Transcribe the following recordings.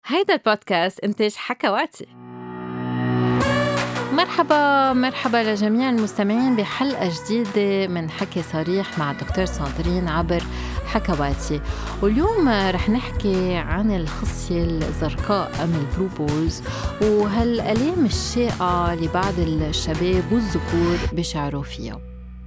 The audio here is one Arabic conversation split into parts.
هيدا البودكاست إنتاج حكواتي. مرحبا لجميع المستمعين بحلقة جديدة من حكي صريح مع الدكتور ساندرين عبر حكواتي. واليوم رح نحكي عن الخصية الزرقاء أم البلو بولز وهالآلام الشائعة لبعض الشباب والذكور بيشعروا فيها.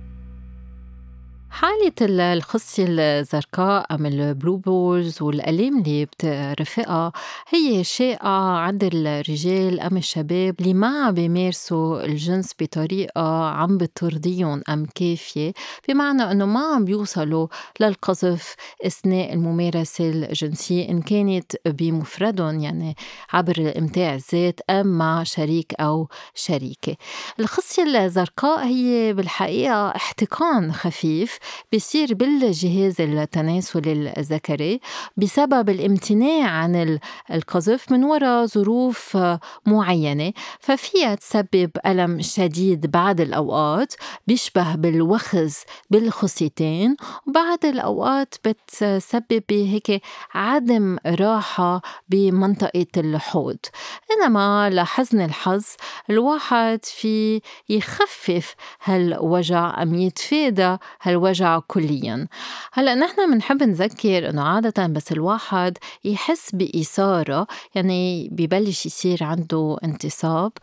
حالة الخصية الزرقاء أم البلو بولز والآلام اللي بترافقها هي شائعة عند الرجال أم الشباب اللي ما عم بيمارسوا الجنس بطريقة عم بترضيهم أم كافية، بمعنى أنه ما عم بيوصلوا للقذف أثناء الممارسة الجنسية إن كانت بمفردهم، يعني عبر الإمتاع الذات أم مع شريك أو شريكة. الخصية الزرقاء هي بالحقيقة احتقان خفيف بيصير بالجهاز التناسلي الذكري بسبب الامتناع عن القذف من وراء ظروف معينة، ففيها تسبب ألم شديد بعض الأوقات بيشبه بالوخز بالخصيتين، وبعض الأوقات بتسبب هيك عدم راحة بمنطقة الحوض. إنما لحزن الحظ الواحد في يخفف هالوجع أم يتفادى هالوجع كلياً. هلأ نحن منحب نذكر إنه عادة بس الواحد يحس بإثارة، يعني ببلش يصير عنده انتصاب،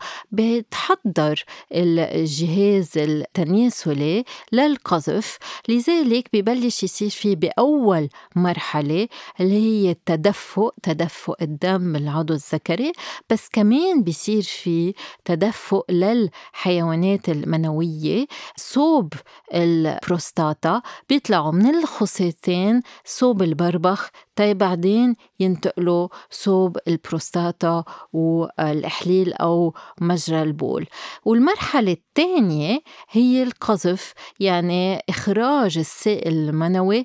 بتحضر الجهاز التناسلي للقذف، لذلك ببلش يصير فيه بأول مرحلة اللي هي تدفق الدم بالعضو الذكري، بس كمان بيصير فيه تدفق للحيوانات المنوية صوب البروستاتا، بيطلعوا من الخصيتين صوب البربخ بعدين ينتقلوا صوب البروستاتا والإحليل أو مجرى البول. والمرحلة الثانية هي القذف، يعني إخراج السائل المنوي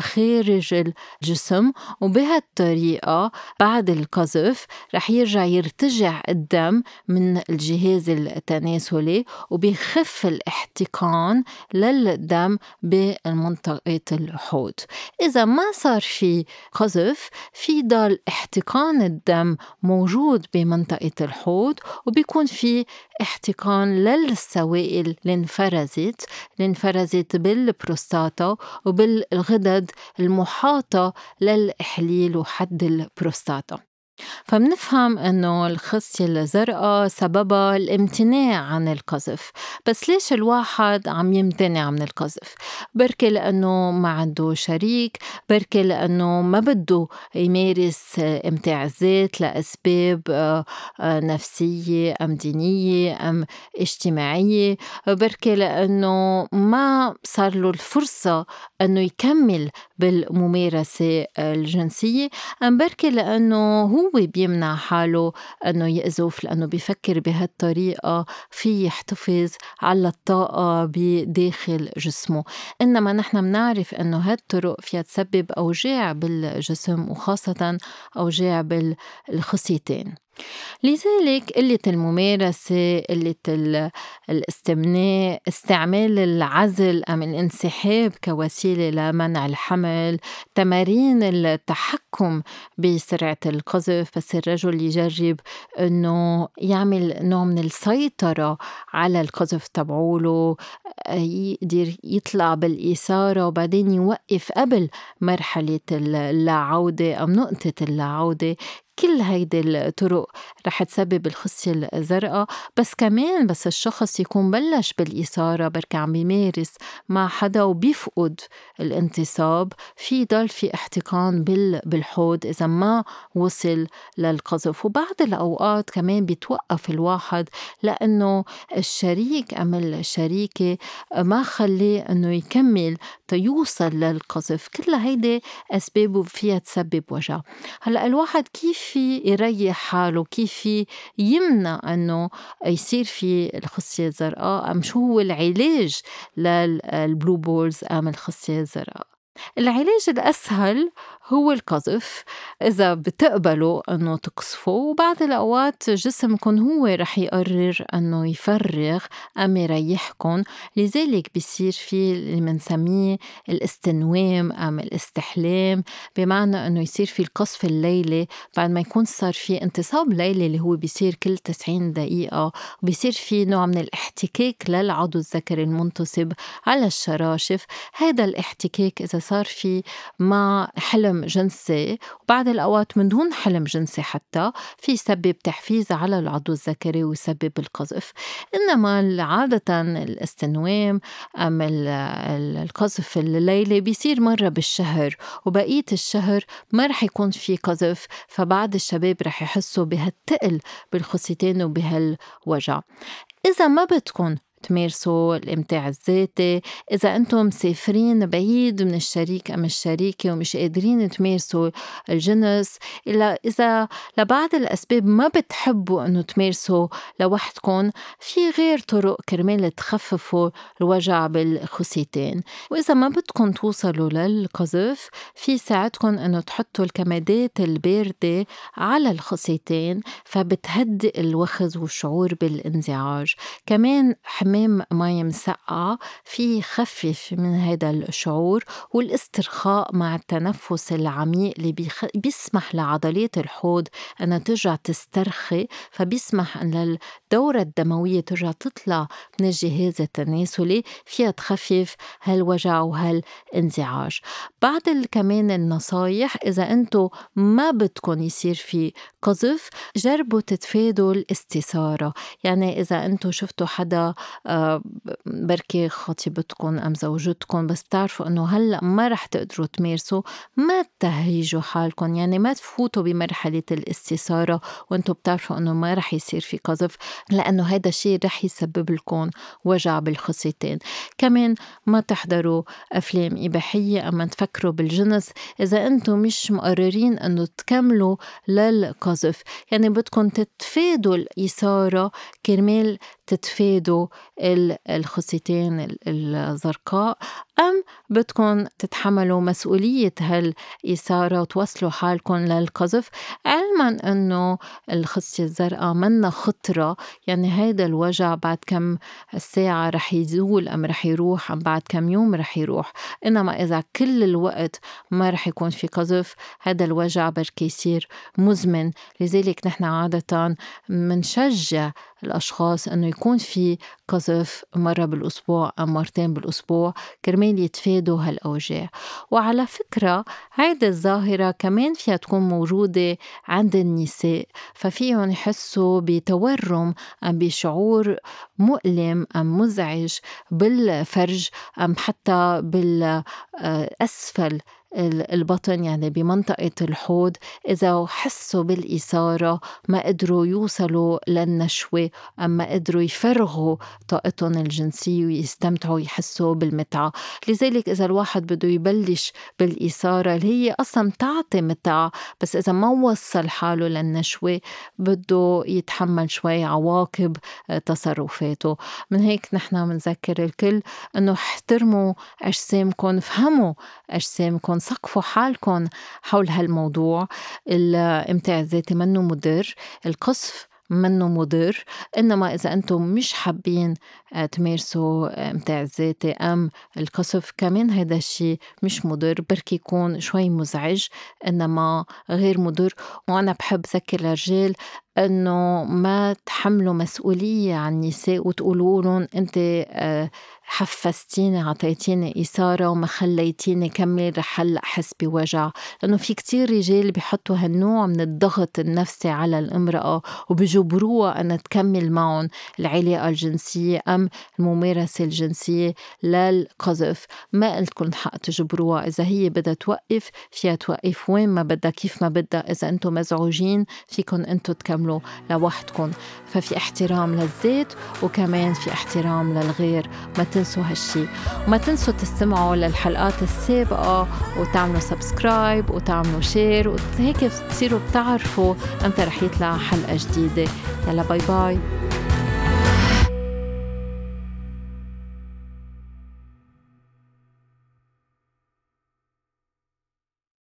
لخارج الجسم، وبهالطريقة بعد القذف رح يرجع يرتجع الدم من الجهاز التناسلي وبيخف الاحتقان للدم بمنطقة الحوض. إذا ما صار في قذف في ضل احتقان الدم موجود بمنطقة الحوض، وبيكون في احتقان للسوائل اللي انفرزت بالبروستاتا وبالغدد المحاطة للإحليل وحد البروستاتا. فمنفهم أنه الخصية الزرقاء سببها الامتناع عن القذف. بس ليش الواحد عم يمتنع من القذف؟ بركي لأنه ما عنده شريك، بركي لأنه ما بده يمارس امتاع الذات لأسباب نفسية أم دينية أم اجتماعية، بركي لأنه ما صار له الفرصة أنه يكمل بالممارسة الجنسية، أم بركي لأنه هو بيمنع حاله أنه يأذف لأنه بيفكر بهالطريقة في يحتفظ على الطاقة بداخل جسمه. إنما نحن منعرف أنه هالطرق فيها تسبب أوجاع بالجسم وخاصة أوجاع بالخصيتين. لذلك قلة الممارسة، قلة الاستمناء، استعمال العزل أم الانسحاب كوسيلة لمنع الحمل، تمارين التحكم بسرعة القذف، بس الرجل يجرب أنه يعمل نوع من السيطرة على القذف تبعوله، يقدر يطلع بالإثارة وبعدين يوقف قبل مرحلة اللاعودة أم نقطة اللاعودة. كل هيدي الطرق رح تسبب الخصية الزرقاء. بس كمان بس الشخص يكون بلش بالإثارة، بركي عم بيمارس مع حدا وبيفقد الانتصاب، في ضل في احتقان بالحوض إذا ما وصل للقذف. وبعض الأوقات كمان بيتوقف الواحد لأنه الشريك أم الشريكة ما خليه أنه يكمل تيوصل للقذف. كل هيدي أسبابه فيها تسبب وجع. هلأ الواحد كيف يريح حاله، كيف يمنع أنه يصير في الخصية الزرقاء، أم شو هو العلاج للبلو بولز أم الخصية الزرقاء؟ العلاج الأسهل هو القذف. إذا بتقبلوا إنه تقصفوا، وبعض الأوقات جسمكم هو رح يقرر إنه يفرغ أم يريحكم. لذلك بيصير في اللي منسميه الاستنوام أم الاستحلام، بمعنى إنه يصير في القصف الليلي بعد ما يكون صار في انتصاب ليلي اللي هو بيصير كل 90 دقيقة، وبيصير في نوع من الاحتكاك للعضو الذكري المنتصب على الشراشف. هذا الاحتكاك إذا صار في مع حلم جنسي، وبعد الأوقات من دون حلم جنسي حتى، في يسبب تحفيز على العضو الذكري ويسبب القذف. إنما عادة الاستنوام أم القذف الليلي بيصير مرة بالشهر، وبقية الشهر ما رح يكون في قذف، فبعض الشباب رح يحسوا بهالتقل بالخصيتين وبهالوجع. إذا ما بدكن تمارسوا الإمتاع الذاتي، إذا أنتم مسافرين بعيد من الشريك أم الشريكة ومش قادرين تمارسوا الجنس، إلا إذا لبعض الأسباب ما بتحبوا أنه تمارسوا لوحدكم، في غير طرق كرمال تخففوا الوجع بالخصيتين. وإذا ما بدكم توصلوا للقذف، في ساعدكم أنه تحطوا الكمادات الباردة على الخصيتين، فبتهدئ الوخز والشعور بالانزعاج. كمان حمام مي مسقعة في يخفف من هذا الشعور، والاسترخاء مع التنفس العميق اللي بيسمح لعضلات الحوض أنها ترجع تسترخي، فبيسمح أن الدورة الدموية ترجع تطلع من الجهاز التناسلي، فيها تخفف هالوجع وهالانزعاج. بعض كمان النصايح، إذا أنتو ما بدكن يصير في قذف، جربوا تتفادوا الاستثارة. يعني إذا أنتو شفتوا حدا بركي خطيبتكن أم زوجتكن بس بتعرفوا أنه هلأ ما رح تقدروا تمارسوا، ما تهيجوا حالكن، يعني ما تفوتوا بمرحلة الاستثارة وأنتو بتعرفوا أنه ما رح يصير في قذف، لأنه هيدا الشيء رح يسبب لكم وجع بالخصيتين. كمان ما تحضروا أفلام إباحية أما تفكروا بالجنس إذا أنتو مش مقررين أنه تكملوا للقذف. يعني بدكم تتفادوا الإثارة كرمال تتفادوا الخصيتين الزرقاء، أم بدكم تتحملوا مسؤولية هالإثارة وتوصلوا حالكم للقذف، علما أنه الخصية الزرقاء منا خطرة. يعني هيدا الوجع بعد كم ساعة رح يزول أم رح يروح، أم بعد كم يوم رح يروح. إنما إذا كل الوقت ما رح يكون في قذف، هذا الوجع بركي يصير مزمن. لذلك نحن عادة منشجع الأشخاص أنه يكون في قذف مرة بالأسبوع أو مرتين بالأسبوع كرمال يتفادوا هالأوجاع. وعلى فكرة هيدي الظاهرة كمان فيها تكون موجودة عند النساء، ففيهم يحسوا بتورم أم بشعور مؤلم أم مزعج بالفرج أم حتى بالأسفل البطن، يعني بمنطقة الحوض. إذا حسوا بالإثارة ما قدروا يوصلوا للنشوة أما قدروا يفرغوا طاقتهم الجنسية ويستمتعوا يحسوا بالمتعة. لذلك إذا الواحد بده يبلش بالإثارة اللي هي أصلا تعطي متعة، بس إذا ما وصل حاله للنشوة بده يتحمل شوي عواقب تصرفاته. من هيك نحن منذكر الكل أنه احترموا أجسامكم، فهموا أجسامكم، ثقفوا حالكم حول هالموضوع. الإمتاع الذاتي منه مضر، القصف منه مضر، إنما إذا أنتم مش حابين تمارسوا إمتاع الذاتي أم القصف كمان هيدا الشيء مش مضر، بركي يكون شوي مزعج إنما غير مضر. وأنا بحب ذكر الرجال إنه ما تحملوا مسؤولية عن النساء وتقولوا لهم أنت حفزتيني عطيتيني إثارة وما خليتيني كمل رح هلأ أحس بوجع، لأنه في كتير رجال بيحطوا هالنوع من الضغط النفسي على الامرأة وبيجبروها أن تكمل معهم العلاقة الجنسية أم الممارسة الجنسية للقذف. ما قلتكن حق تجبروها، إذا هي بدها توقف فيها توقف وين ما بدها كيف ما بدها. إذا أنتم مزعوجين فيكن أنتم تكملوا لوحدكن. ففي احترام للذات وكمان في احترام للغير، ما تنسوا هالشي. وما تنسوا تستمعوا للحلقات السابقة وتعملوا سبسكرايب وتعملوا شير، وهيك تصيروا بتعرفوا أمتى رح يطلع حلقة جديدة. يلا باي باي.